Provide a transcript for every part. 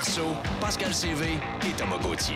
Marceau, Pascal CV et Thomas Gauthier.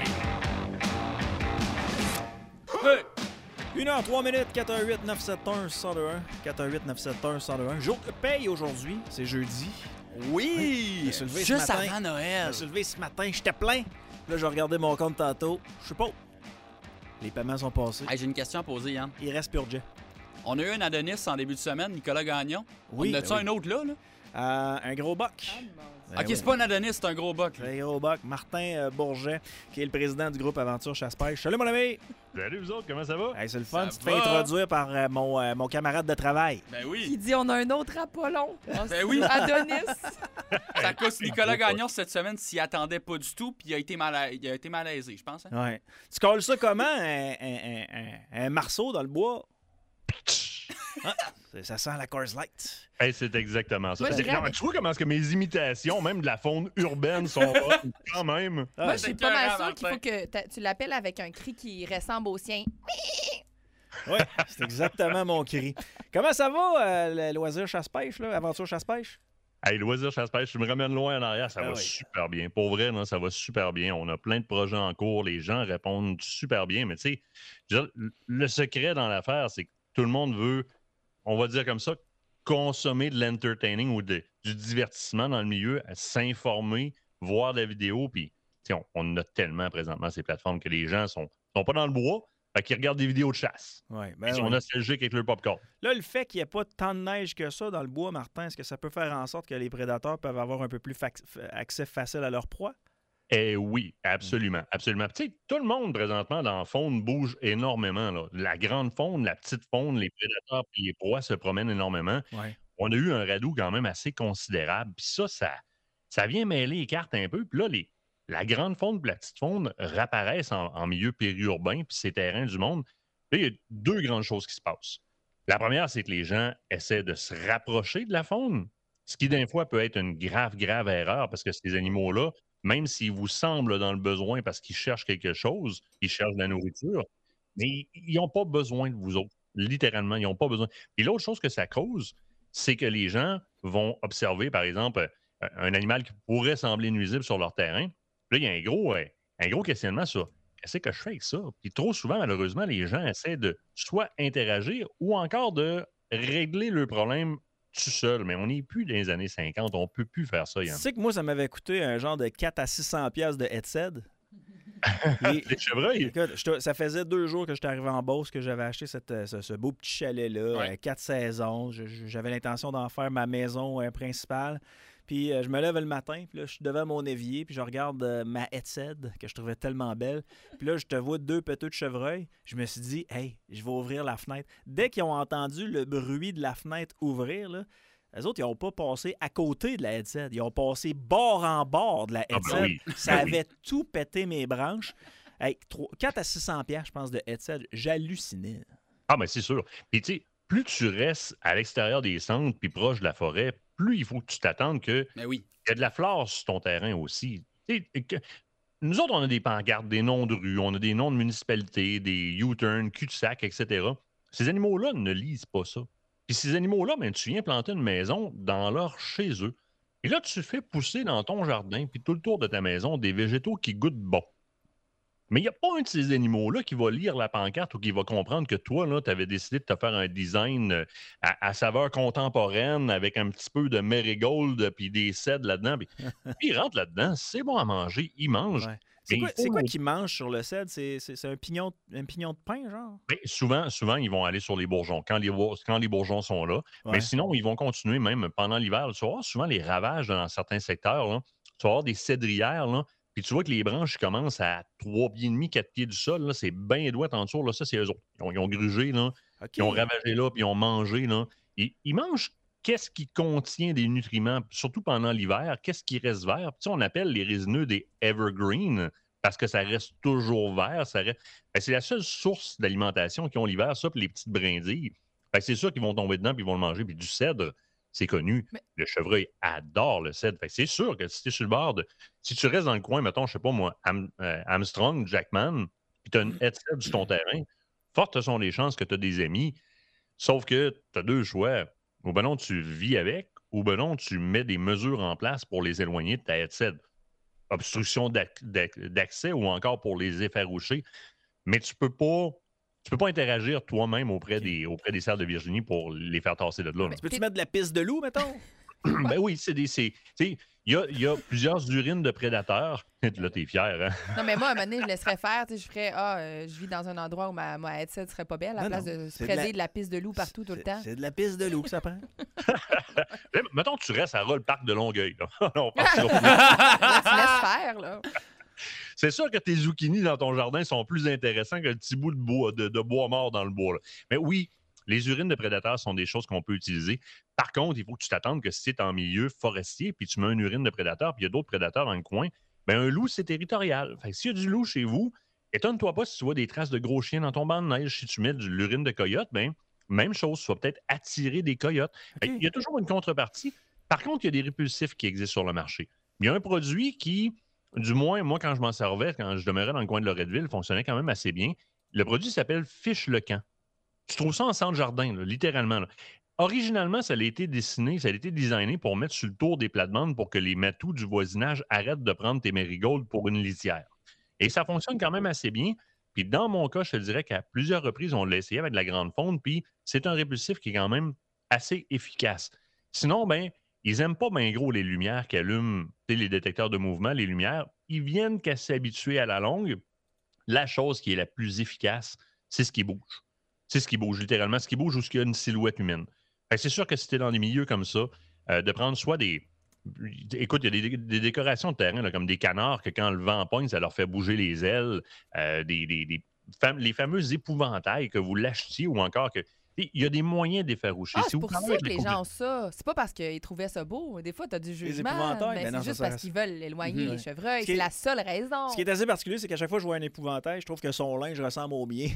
Hey! 1h03 minutes, 418-971-1021. 418-971-1021. Jour de paye aujourd'hui, c'est jeudi. Oui! Je me suis levé Juste ce matin. avant Je Noël. me suis levé ce matin, j'étais plein. Là, j'ai regardé mon compte tantôt. Je sais pas. Les paiements sont passés. Hey, j'ai une question à poser, Yann. Il reste plus urgent. On a eu un Adonis en début de semaine, Nicolas Gagnon. Oui, On a-tu ben oui. un autre là? Un gros boc. Ben Ok, oui. c'est pas un Adonis, c'est un gros boc. là. Un gros boc. Martin Bourget, qui est le président du groupe Aventure Chasse-Pêche. Salut, mon ami! Salut vous autres, comment ça va? Hey, c'est le fun. Ça Tu te fais va? introduire par mon camarade de travail. Ben Qui oui. dit on a un autre Apollon. Ben oui. Adonis. Ça cause Nicolas Gagnon cette semaine s'y attendait pas du tout, puis il a été malaisé, je pense. Hein? Ouais. Tu colles ça comment, un marceau dans le bois? Ah, ça sent la Coors Light. Hey, c'est exactement ça. Moi, je dirais- Non, tu vois comment est-ce que mes imitations, même de la faune urbaine, sont hot, quand même. Ah, Moi, je c'est suis pas mal écœurant, sûre qu'il faut que tu l'appelles avec un cri qui ressemble au sien. oui, c'est exactement mon cri. Comment ça va, le loisir chasse-pêche, là? Aventure chasse-pêche? Hey, loisir chasse-pêche, tu me ramènes loin en arrière, ça Ah va oui. super bien. Pour vrai, là, ça va super bien. On a plein de projets en cours, les gens répondent super bien, mais tu sais, je veux dire, le secret dans l'affaire, c'est que tout le monde veut, on va dire comme ça, consommer de l'entertaining ou du divertissement dans le milieu, s'informer, voir de la vidéo, puis tu sais, on en a tellement présentement ces plateformes que les gens sont pas dans le bois, fait qu'ils regardent des vidéos de chasse. Oui, Ils ben sont oui. nostalgiques avec leur popcorn. Là, le fait qu'il n'y ait pas tant de neige que ça dans le bois, Martin, est-ce que ça peut faire en sorte que les prédateurs peuvent avoir un peu plus accès facile à leur proie? Eh oui, absolument, absolument. Tu sais, tout le monde présentement dans la faune bouge énormément. Là. La grande faune, la petite faune, les prédateurs et les proies se promènent énormément. Oui. On a eu un radeau quand même assez considérable. Puis ça vient mêler les cartes un peu. Puis là, la grande faune et la petite faune réapparaissent en milieu périurbain, puis ces terrains du monde. Là, il y a deux grandes choses qui se passent. La première, c'est que les gens essaient de se rapprocher de la faune, ce qui, d'un fois, peut être une grave, grave erreur parce que ces animaux-là, même s'ils vous semblent dans le besoin parce qu'ils cherchent quelque chose, ils cherchent de la nourriture, mais ils n'ont pas besoin de vous autres. Littéralement, ils n'ont pas besoin. Puis l'autre chose que ça cause, c'est que les gens vont observer, par exemple, un animal qui pourrait sembler nuisible sur leur terrain. Là, il y a un gros questionnement sur qu'est-ce que je fais avec ça? Puis trop souvent, malheureusement, les gens essaient de soit interagir ou encore de régler le problème tout seul. Mais on n'est plus dans les années 50. On ne peut plus faire ça, Tu Yann. sais que moi, ça m'avait coûté un genre de 4 à 600 pièces de headset. Les chevreuils. Écoute, ça faisait 2 jours que j'étais arrivé en Beauce, que j'avais acheté ce beau petit chalet-là, Ouais. 4 saisons. J'avais l'intention d'en faire ma maison principale. Puis je me lève le matin, puis là, je suis devant mon évier, puis je regarde ma headset, que je trouvais tellement belle. Puis là, je te vois 2 petits de chevreuil. Je me suis dit, hey, je vais ouvrir la fenêtre. Dès qu'ils ont entendu le bruit de la fenêtre ouvrir, là, les autres, ils n'ont pas passé à côté de la headset. Ils ont passé bord en bord de la Ah, headset. ben oui. Ça Ben oui. avait tout pété mes branches. Hey, 4 à 600 pièces, je pense, de headset. J'hallucinais. Ah, mais c'est sûr. Puis, tu sais, plus tu restes à l'extérieur des centres puis proche de la forêt, plus il faut que tu t'attendes qu'il Mais oui. y a de la flore sur ton terrain aussi. Tu sais, nous autres, on a des pancartes, des noms de rues, on a des noms de municipalités, des U-turns, cul-de-sac, etc. Ces animaux-là ne lisent pas ça. Puis ces animaux-là, ben, tu viens planter une maison dans leur chez eux. Et là, tu fais pousser dans ton jardin, puis tout le tour de ta maison, des végétaux qui goûtent bon. Mais il n'y a pas un de ces animaux-là qui va lire la pancarte ou qui va comprendre que toi, tu avais décidé de te faire un design à saveur contemporaine avec un petit peu de marigold puis des cèdres là-dedans. Puis il rentre là-dedans, c'est bon à manger, il mange. Ouais. C'est Mais quoi, il faut- c'est quoi qu'ils mangent sur le cèdre? C'est un pignon de pain, genre? Ben, souvent, ils vont aller sur les bourgeons quand les bourgeons sont là. Ouais. Mais sinon, ils vont continuer même pendant l'hiver. Tu vas voir souvent les ravages dans certains secteurs. Là. Tu vas avoir des cédrières. Là, puis tu vois que les branches commencent à 3 pieds et demi, 4 pieds du sol. Là, c'est bien droit en dessous. Là, ça, c'est eux autres. Ils ont grugé, là, OK. ils ont ravagé là, puis ils ont mangé. Là. Ils mangent qu'est-ce qui contient des nutriments, surtout pendant l'hiver, qu'est-ce qui reste vert. Puis, tu sais, on appelle les résineux des evergreen parce que ça reste toujours vert. Ben, c'est la seule source d'alimentation qu'ils ont l'hiver, ça, puis les petites brindilles. Fait que c'est sûr qu'ils vont tomber dedans puis ils vont le manger. Puis du cèdre, c'est connu. Mais- Le chevreuil adore le cèdre. Fait que c'est sûr que si tu es sur le bord de. Si tu restes dans le coin, mettons, je sais pas moi, Armstrong, Jackman, puis tu as une headset sur ton terrain, fortes sont les chances que tu as des amis. Sauf que tu as 2 choix. Ou ben non, tu vis avec, ou ben non, tu mets des mesures en place pour les éloigner de ta headset. obstruction d'accès ou encore pour les effaroucher. Mais tu peux pas interagir toi-même auprès des cerfs de Virginie pour les faire tasser de là. Tu peux-tu mettre de la pisse de loup, mettons? Ben oui, il y a plusieurs urines de prédateurs. Là, t'es fier, hein? Non, mais moi, à un moment donné, je laisserais faire. Je ferais, je vis dans un endroit où ma headset serait pas belle, à la place de sprayer de la pisse de loup partout tout le temps. C'est de la pisse de loup que ça prend. Mettons que tu restes à le parc de Longueuil. Là. On part sur- Là, tu laisses faire, là. C'est sûr que tes zucchinis dans ton jardin sont plus intéressants que le petit bout de bois mort dans le bois. Là. Mais oui, les urines de prédateurs sont des choses qu'on peut utiliser. Par contre, il faut que tu t'attendes que si tu es en milieu forestier, puis tu mets une urine de prédateur, puis il y a d'autres prédateurs dans le coin, bien, un loup, c'est territorial. Fait que s'il y a du loup chez vous, étonne-toi pas si tu vois des traces de gros chiens dans ton banc de neige. Si tu mets de l'urine de coyote, bien, même chose, tu vas peut-être attirer des coyotes. Fait qu'il y a toujours une contrepartie. Par contre, il y a des répulsifs qui existent sur le marché. Il y a un produit qui, du moins, moi, quand je m'en servais, quand je demeurais dans le coin de Loretteville, fonctionnait quand même assez bien. Le produit s'appelle Fiche le camp. Tu trouves ça en centre jardin, là, littéralement. Là. Originalement, ça a été designé pour mettre sur le tour des plates-bandes pour que les matous du voisinage arrêtent de prendre tes marigolds pour une litière. Et ça fonctionne quand même assez bien. Puis dans mon cas, je te dirais qu'à plusieurs reprises, on l'a essayé avec de la grande fonte, puis c'est un répulsif qui est quand même assez efficace. Sinon, ben, ils n'aiment pas bien gros les lumières qui allument, les détecteurs de mouvement, les lumières. Ils viennent qu'à s'habituer à la longue. La chose qui est la plus efficace, c'est ce qui bouge. C'est ce qui bouge, littéralement. Ce qui bouge ou ce qu'il y a une silhouette humaine. Fait que c'est sûr que si tu es dans des milieux comme ça, de prendre soit des... Écoute, il y a des décorations de terrain, là, comme des canards, que quand le vent pogne, ça leur fait bouger les ailes. Les fameux épouvantails que vous l'achetiez ou encore que... Il y a des moyens d'effaroucher. C'est pour ça que les gens ont ça. C'est pas parce qu'ils trouvaient ça beau. Des fois, tu as du jugement. Mais c'est juste parce qu'ils veulent éloigner les chevreuils. C'est la seule raison. Ce qui est assez particulier, c'est qu'à chaque fois que je vois un épouvantail, je trouve que son linge ressemble au mien.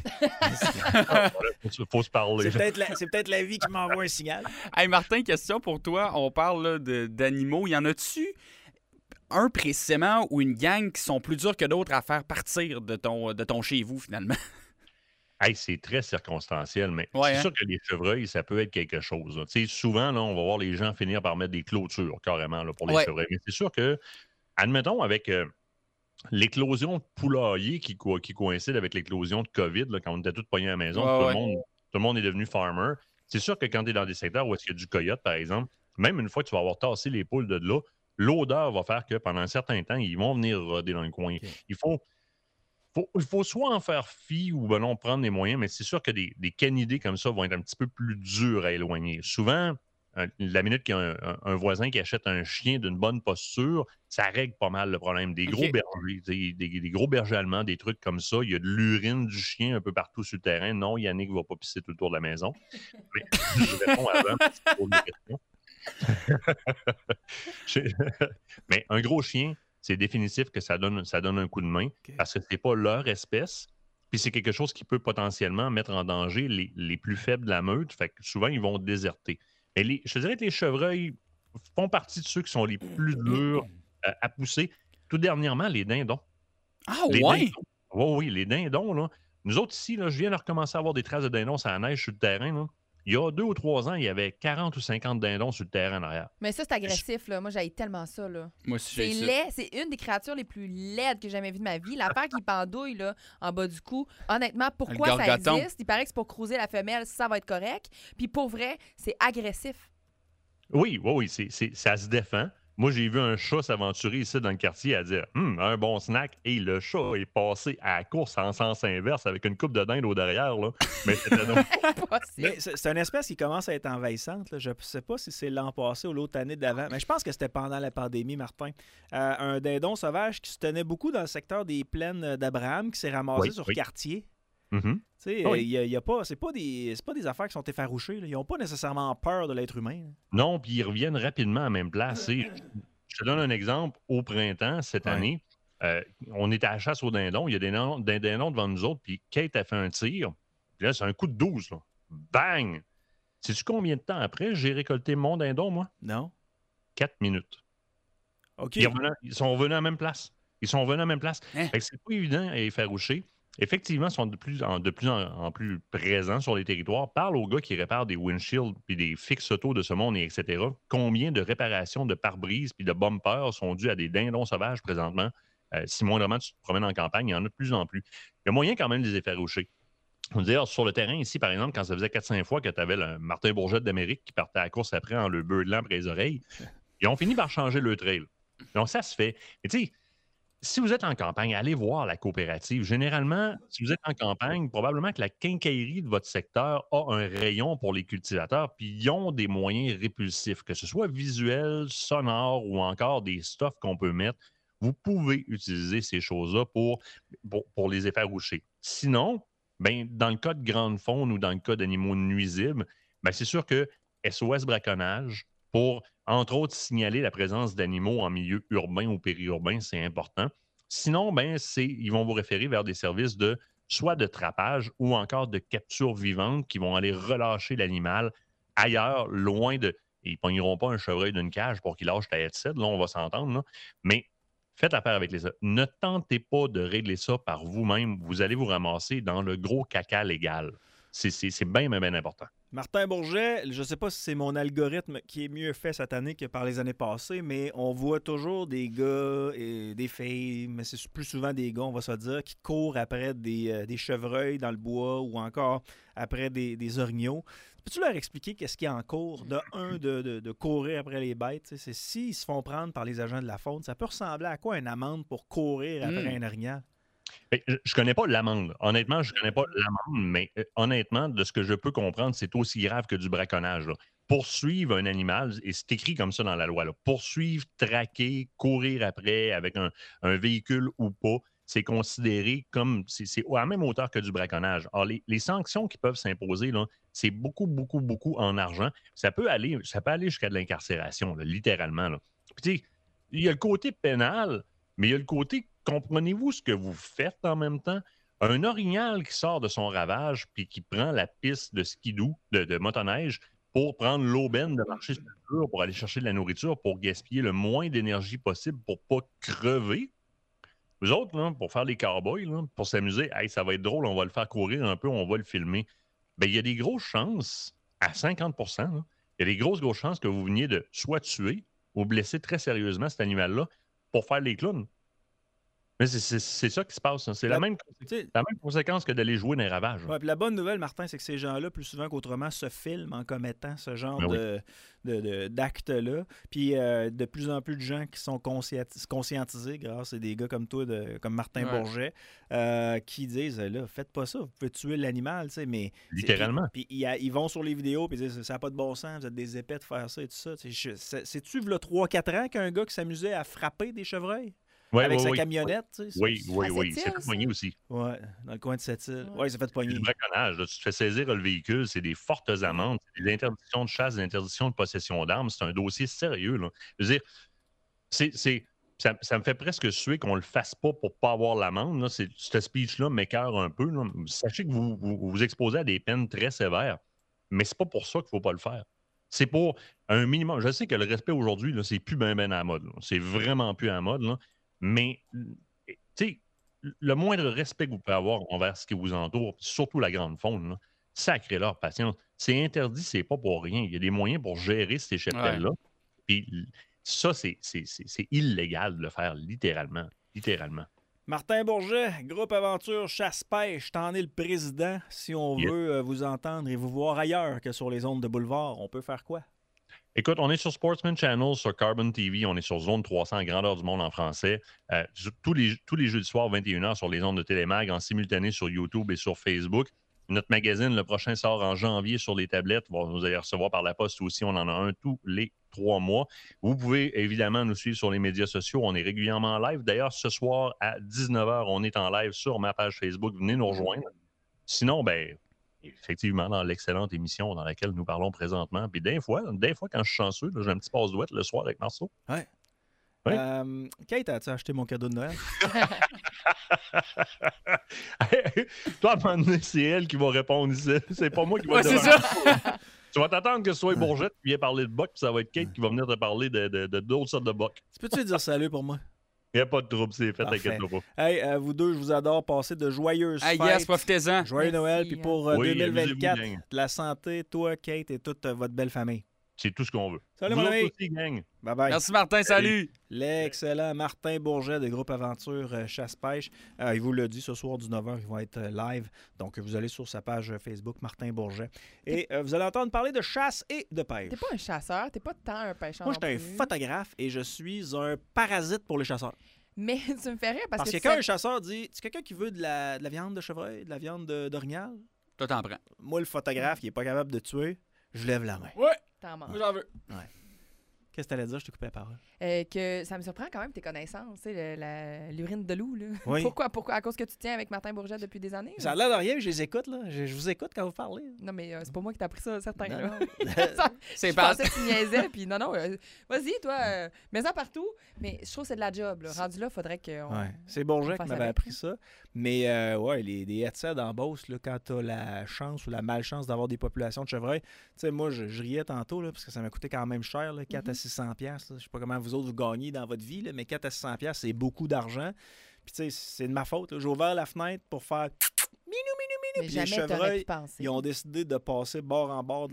Faut se parler. C'est peut-être la vie qui m'envoie un signal. Hey Martin, question pour toi. On parle là, d'animaux. Y en a-tu un précisément ou une gang qui sont plus durs que d'autres à faire partir de ton chez vous, finalement? Hey, c'est très circonstanciel, mais Ouais, c'est sûr que les chevreuils, ça peut être quelque chose. Là. Souvent, là, on va voir les gens finir par mettre des clôtures carrément là, pour les chevreuils. Mais c'est sûr que, admettons, avec l'éclosion de poulailler qui coïncide avec l'éclosion de COVID, là, quand on était tous pognés à la maison, tout le monde est devenu farmer, c'est sûr que quand tu es dans des secteurs où il y a du coyote, par exemple, même une fois que tu vas avoir tassé les poules de là, l'odeur va faire que pendant un certain temps, ils vont venir roder dans le coin. Okay. Il faut soit en faire fi ou ben non, prendre des moyens, mais c'est sûr que des canidés comme ça vont être un petit peu plus durs à éloigner. Souvent, la minute qu'il y a un voisin qui achète un chien d'une bonne posture, ça règle pas mal le problème. Des gros bergers, des gros bergers allemands, des trucs comme ça. Il y a de l'urine du chien un peu partout sur le terrain. Non, Yannick ne va pas pisser tout le tour de la maison. Mais je réponds avant parce que c'est pour les questions. Mais un gros chien, c'est définitif que ça donne un coup de main parce que c'est pas leur espèce. Puis c'est quelque chose qui peut potentiellement mettre en danger les plus faibles de la meute. Fait que souvent, ils vont déserter. Mais je te dirais que les chevreuils font partie de ceux qui sont les plus durs à pousser. Tout dernièrement, les dindons. Ah ouais? Oui, les dindons, là. Nous autres ici, là, je viens de recommencer à avoir des traces de dindons sur la neige sur le terrain, là. Il y a 2 ou 3 ans, il y avait 40 ou 50 dindons sur le terrain en arrière. Mais ça, c'est agressif, là. Moi, j'haïs tellement ça, là. Moi aussi, c'est laid. C'est une des créatures les plus laides que j'ai jamais vues de ma vie. L'affaire qui pendouille, là, en bas du cou. Honnêtement, pourquoi ça existe? Il paraît que c'est pour creuser la femelle, ça va être correct. Puis pour vrai, c'est agressif. Oui, ça se défend. Moi, j'ai vu un chat s'aventurer ici dans le quartier à dire un bon snack. Et le chat est passé à la course en sens inverse avec une coupe de dinde au derrière. Là. Mais c'était Mais c'est une espèce qui commence à être envahissante. Là. Je ne sais pas si c'est l'an passé ou l'autre année d'avant. Mais je pense que c'était pendant la pandémie, Martin. Un dindon sauvage qui se tenait beaucoup dans le secteur des plaines d'Abraham, qui s'est ramassé sur quartier. Mm-hmm. C'est pas des affaires qui sont effarouchées. Là. Ils n'ont pas nécessairement peur de l'être humain. Là. Non, puis ils reviennent rapidement à la même place. Je te donne un exemple. Au printemps, cette année, on était à la chasse aux dindons. Il y a des dindons devant nous autres, puis Kate a fait un tir. Puis là, c'est un coup de 12. Là. Bang! Sais-tu combien de temps après j'ai récolté mon dindon, moi? Non. 4 minutes. OK. Ils sont revenus à la même place. Fait que c'est pas évident à effaroucher. effectivement, sont de plus en plus présents sur les territoires. Parle aux gars qui réparent des windshields puis des fixes auto de ce monde, et etc. Combien de réparations de pare-brise puis de bumpers sont dues à des dindons sauvages présentement? Si moindrement tu te promènes en campagne, il y en a de plus en plus. Il y a moyen quand même de les effaroucher. On dire sur le terrain ici, par exemple, quand ça faisait 4-5 fois que tu avais le Martin Bourget d'Amérique qui partait à la course après en le beurdelant après les oreilles, ils ont fini par changer le trail. Donc, ça se fait. Mais tu sais, si vous êtes en campagne, allez voir la coopérative. Généralement, si vous êtes en campagne, probablement que la quincaillerie de votre secteur a un rayon pour les cultivateurs, puis ils ont des moyens répulsifs, que ce soit visuel, sonore ou encore des stuffs qu'on peut mettre. Vous pouvez utiliser ces choses-là pour les effaroucher. Sinon, ben, dans le cas de grande faune ou dans le cas d'animaux nuisibles, ben, c'est sûr que SOS braconnage, pour, entre autres, signaler la présence d'animaux en milieu urbain ou périurbain, c'est important. Sinon, ben, ils vont vous référer vers des services soit de trappage ou encore de capture vivante qui vont aller relâcher l'animal ailleurs, loin de... Ils ne pogneront pas un chevreuil d'une cage pour qu'il lâche la headset, là, on va s'entendre, là. Mais faites affaire avec les autres. Ne tentez pas de régler ça par vous-même. Vous allez vous ramasser dans le gros caca légal. C'est bien, bien important. Martin Bourget, je ne sais pas si c'est mon algorithme qui est mieux fait cette année que par les années passées, mais on voit toujours des gars et des filles, mais c'est plus souvent des gars, on va se dire, qui courent après des chevreuils dans le bois ou encore après des orignaux. Peux-tu leur expliquer qu'est-ce qu'il y a en cours de courir après les bêtes? C'est s'ils se font prendre par les agents de la faune, ça peut ressembler à quoi une amende pour courir après un orignal? Je connais pas l'amende. Honnêtement, je connais pas l'amende, mais honnêtement, de ce que je peux comprendre, c'est aussi grave que du braconnage. Là. Poursuivre un animal, et c'est écrit comme ça dans la loi, là, poursuivre, traquer, courir après avec un véhicule ou pas, c'est considéré comme... C'est à la même hauteur que du braconnage. Alors, les sanctions qui peuvent s'imposer, là, c'est beaucoup, beaucoup, beaucoup en argent. Ça peut aller jusqu'à de l'incarcération, là, littéralement. Là. Puis, tu sais, il y a le côté pénal, mais il y a le côté... Comprenez-vous ce que vous faites en même temps? Un orignal qui sort de son ravage puis qui prend la piste de skidoo, de motoneige, pour prendre l'aubaine de marcher sur le mur, pour aller chercher de la nourriture, pour gaspiller le moins d'énergie possible pour pas crever. Vous autres, là, pour faire les cowboys, là, pour s'amuser, hey, ça va être drôle, on va le faire courir un peu, on va le filmer. Bien, il y a des grosses chances, à 50 %, là, il y a des grosses chances que vous veniez de soit tuer ou blesser très sérieusement cet animal-là pour faire les clowns. Mais c'est ça qui se passe. Hein. C'est la même conséquence que d'aller jouer dans les ravages. Ouais, puis la bonne nouvelle, Martin, c'est que ces gens-là, plus souvent qu'autrement, se filment en commettant ce genre d'actes-là. Puis de plus en plus de gens qui sont conscientisés grâce à des gars comme toi, comme Martin Bourget, qui disent, là, faites pas ça, vous pouvez tuer l'animal, tu sais, mais... Littéralement. Puis ils vont sur les vidéos et disent, ça n'a pas de bon sens, vous êtes des épais de faire ça et tout ça. C'est-tu, là, 3-4 ans qu'un gars qui s'amusait à frapper des chevreuils? Avec sa camionnette, tu sais. Oui. Il s'est fait poigner aussi. Oui, dans le coin de Sept-Îles. Oui, il s'est fait poigner. C'est du braconnage. Là. Tu te fais saisir le véhicule, c'est des fortes amendes, c'est des interdictions de chasse, des interdictions de possession d'armes. C'est un dossier sérieux. Là. Je veux dire, ça me fait presque suer qu'on le fasse pas pour pas avoir l'amende. Là. Ce speech-là m'écœure un peu. Là. Sachez que vous vous exposez à des peines très sévères, mais c'est pas pour ça qu'il faut pas le faire. C'est pour un minimum. Je sais que le respect aujourd'hui, là, c'est plus ben à la mode. Là. C'est vraiment plus à la mode. Là. Mais, tu sais, le moindre respect que vous pouvez avoir envers ce qui vous entoure, surtout la grande faune, sacrez leur patience. C'est interdit, c'est pas pour rien. Il y a des moyens pour gérer ces cheptels-là. Puis ça, c'est illégal de le faire, littéralement. Littéralement. Martin Bourget, Groupe Aventure Chasse-Pêche, t'en es le président. Si on veut vous entendre et vous voir ailleurs que sur les ondes de Boulevard, on peut faire quoi? Écoute, on est sur Sportsman Channel, sur Carbon TV, on est sur Zone 300, Grandeur du monde en français. Tous les jeudis soirs, 21h, sur les ondes de Télémag, en simultané sur YouTube et sur Facebook. Notre magazine, le prochain, sort en janvier sur les tablettes. Vous allez recevoir par la poste aussi. On en a un tous les 3 mois. Vous pouvez évidemment nous suivre sur les médias sociaux. On est régulièrement en live. D'ailleurs, ce soir, à 19h, on est en live sur ma page Facebook. Venez nous rejoindre. Sinon, effectivement, dans l'excellente émission dans laquelle nous parlons présentement. Puis des fois quand je suis chanceux, là, j'ai un petit passe-douette le soir avec Marceau. Ouais. Kate, as-tu acheté mon cadeau de Noël? Toi, à un moment donné, c'est elle qui va répondre ici. C'est pas moi qui va c'est ça. Tu vas t'attendre que ce soit Bourget qui vienne parler de boc, puis ça va être Kate qui va venir te parler de d'autres sortes de boc. Tu peux-tu dire salut pour moi? Il n'y a pas de trouble, c'est fait, Parfait. t'inquiète pas. Hey, vous deux, je vous adore. Passez de joyeuses fêtes. Yes, profitez-en. Joyeux Merci. Noël. Puis pour Oui, 2024, amusez-vous, gang. de la santé, toi, Kate, et toute votre belle famille. C'est tout ce qu'on veut. Salut, Vous mon autres ami. aussi, gang. Bye-bye. Merci, Martin. Salut. L'excellent Martin Bourget de Groupe Aventure Chasse-Pêche. Il vous le dit, ce soir du 9h, il va être live. Donc, vous allez sur sa page Facebook, Martin Bourget. Et vous allez entendre parler de chasse et de pêche. T'es pas un chasseur, t'es pas tant un pêcheur. Moi, je suis non un plus. photographe et je suis un parasite pour les chasseurs. Mais tu me fais rire parce Parce que que quand un chasseur dit, c'est quelqu'un qui veut de la viande de chevreuil, de la viande d'orignal, Toi, t'en prends. moi, le photographe qui n'est pas capable de tuer, je lève la main. Ouais, t'en manges. j'en veux. Qu'est-ce que tu allais dire? Je t'ai coupé la parole. Que ça me surprend quand même tes connaissances, tu sais, l'urine de loup. Là. Oui. Pourquoi? À cause que tu tiens avec Martin Bourget depuis des années? Ça a l'air de rien, mais je les écoute, là. Je vous écoute quand vous parlez. Non, mais c'est pas moi qui t'ai appris ça, certain. Non, Là. non. C'est Je pas. pensais que tu niaisais, puis non, vas-y, toi, mets ça partout. Mais je trouve que c'est de la job. Là. Rendu là, il faudrait qu'on... Ouais. C'est Bourget qui fasse m'avait avec, appris ça. Mais ouais, des headsets en Beauce, là, quand tu as la chance ou la malchance d'avoir des populations de chevreuils, tu sais, moi, je riais tantôt, là, parce que ça m'a coûté quand même cher, là, 4 à 600 piastres. Je sais pas comment vous autres vous gagnez dans votre vie, là, mais 4 à 600 piastres, c'est beaucoup d'argent. Puis tu sais, c'est de ma faute. J'ai ouvert la fenêtre pour faire Mais puis les jamais t'aurais chevreuils, pu penser. ils ont décidé de passer bord en bord de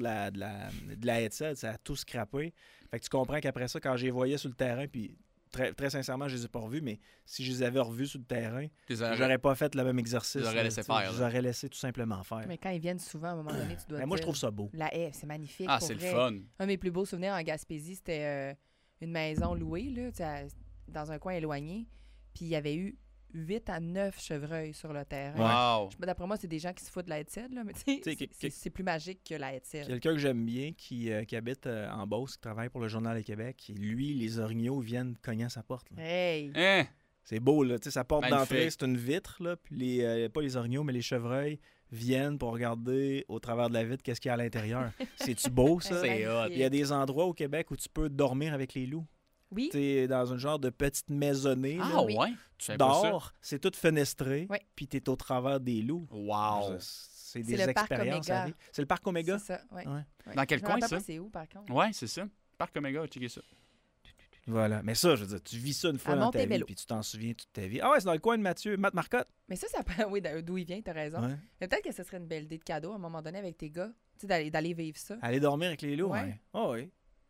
la headset. Ça a tout scrappé. Fait que tu comprends qu'après ça, quand je les voyais sur le terrain, puis très, très sincèrement, je les ai pas revus, mais si je les avais revus sur le terrain, j'aurais pas fait le même exercice. Tu les aurais là, laissé tu sais, faire, Je là. les aurais laissé tout simplement faire. Mais quand ils viennent souvent, à un moment donné, tu dois Mais moi, je dire, trouve ça beau. La haie, c'est magnifique. Ah, pour c'est le vrai. fun. Un de mes plus beaux souvenirs en Gaspésie, c'était une maison louée, là, tu sais, dans un coin éloigné. Puis il y avait eu 8 à 9 chevreuils sur le terrain. Wow. D'après moi, c'est des gens qui se foutent de la headset, là, mais tu sais, Tu sais, c'est plus magique que la headset. Quelqu'un que j'aime bien qui habite en Beauce, qui travaille pour le Journal de Québec, et lui, les orignaux viennent cogner à sa porte. Là. Hey! Hein? C'est beau, là. Tu sais, sa porte Magnifique. d'entrée, c'est une vitre, là. Puis pas les orignaux, mais les chevreuils viennent pour regarder au travers de la vitre qu'est-ce qu'il y a à l'intérieur. C'est-tu beau, ça? C'est hot. Il y a des endroits au Québec où tu peux dormir avec les loups. Oui, Tu es dans une genre de petite maisonnée. Ah là. oui. ouais? Tu savais pas ça. dors, c'est tout fenestré, Oui. puis tu es au travers des loups. Wow. C'est C'est des le parc expériences Oméga. à vivre. C'est le parc Oméga? c'est ça, ouais. Ouais. Ouais. Dans quel Je me coin, rappelle ça? pas c'est où, par contre. Ouais, c'est ça. Parc Omega, checker ça. Voilà. Mais ça, je veux dire, tu vis ça une fois À dans ta vie, Montebello. puis tu t'en souviens toute ta vie. Ah ouais, c'est dans le coin de Matt Marcotte. Mais ça oui, d'où il vient, t'as raison. Ouais. Mais peut-être que ce serait une belle idée de cadeau à un moment donné avec tes gars. Tu sais, d'aller vivre ça. Aller dormir avec les loups, Ouais. ouais. Ah oui.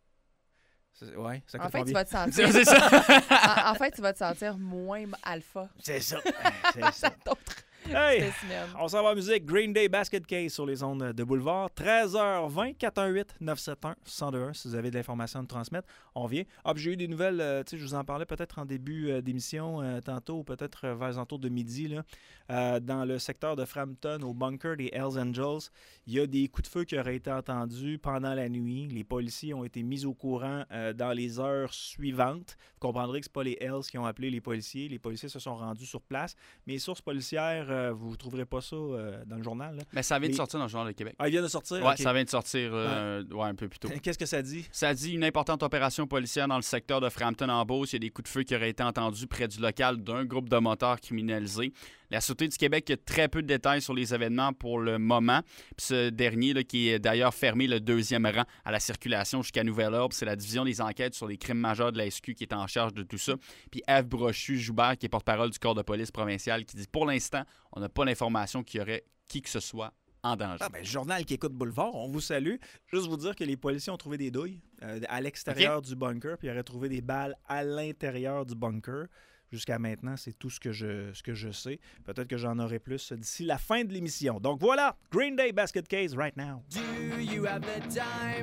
Ouais, ça En coûte fait, tu combien? vas te sentir. C'est ça. en fait, tu vas te sentir moins alpha. C'est ça. C'est ça. D'autres Hey! spécimens. On s'en va en musique. Green Day Basket Case sur les ondes de Boulevard. 13h20, 418-971-1021. Si vous avez de l'information à nous transmettre, on vient. Ah, puis j'ai eu des nouvelles, tu sais, je vous en parlais peut-être en début d'émission tantôt, ou peut-être vers les entours de midi. Là, dans le secteur de Frampton, au bunker des Hells Angels, il y a des coups de feu qui auraient été entendus pendant la nuit. Les policiers ont été mis au courant dans les heures suivantes. Vous comprendrez que ce pas les Hells qui ont appelé les policiers. Les policiers se sont rendus sur place. Mes sources policières, vous ne trouverez pas ça dans le journal. Là. Mais ça vient de Mais- sortir dans le Journal de Québec. Ah, il vient de sortir? Ouais, Ok. ça vient de sortir un peu plus tôt. Qu'est-ce que ça dit? Ça dit une importante opération policière dans le secteur de Frampton en Beauce. Il y a des coups de feu qui auraient été entendus près du local d'un groupe de motards criminalisés. La Sûreté du Québec a très peu de détails sur les événements pour le moment. Puis ce dernier, là, qui est d'ailleurs fermé le 2e rang à la circulation jusqu'à Nouvel Ordre, c'est la division des enquêtes sur les crimes majeurs de la SQ qui est en charge de tout ça. Puis Ève Brochu-Joubert, qui est porte-parole du corps de police provincial, qui dit pour l'instant, on n'a pas l'information qu'il y aurait qui que ce soit en danger. Ah, ben, le journal qui écoute Boulevard, on vous salue. Juste vous dire que les policiers ont trouvé des douilles à l'extérieur du bunker, puis ils auraient trouvé des balles à l'intérieur du bunker. Jusqu'à maintenant, c'est tout ce que je sais. Peut-être que j'en aurai plus d'ici la fin de l'émission. Donc voilà, Green Day Basket Case right now. Do you have the time?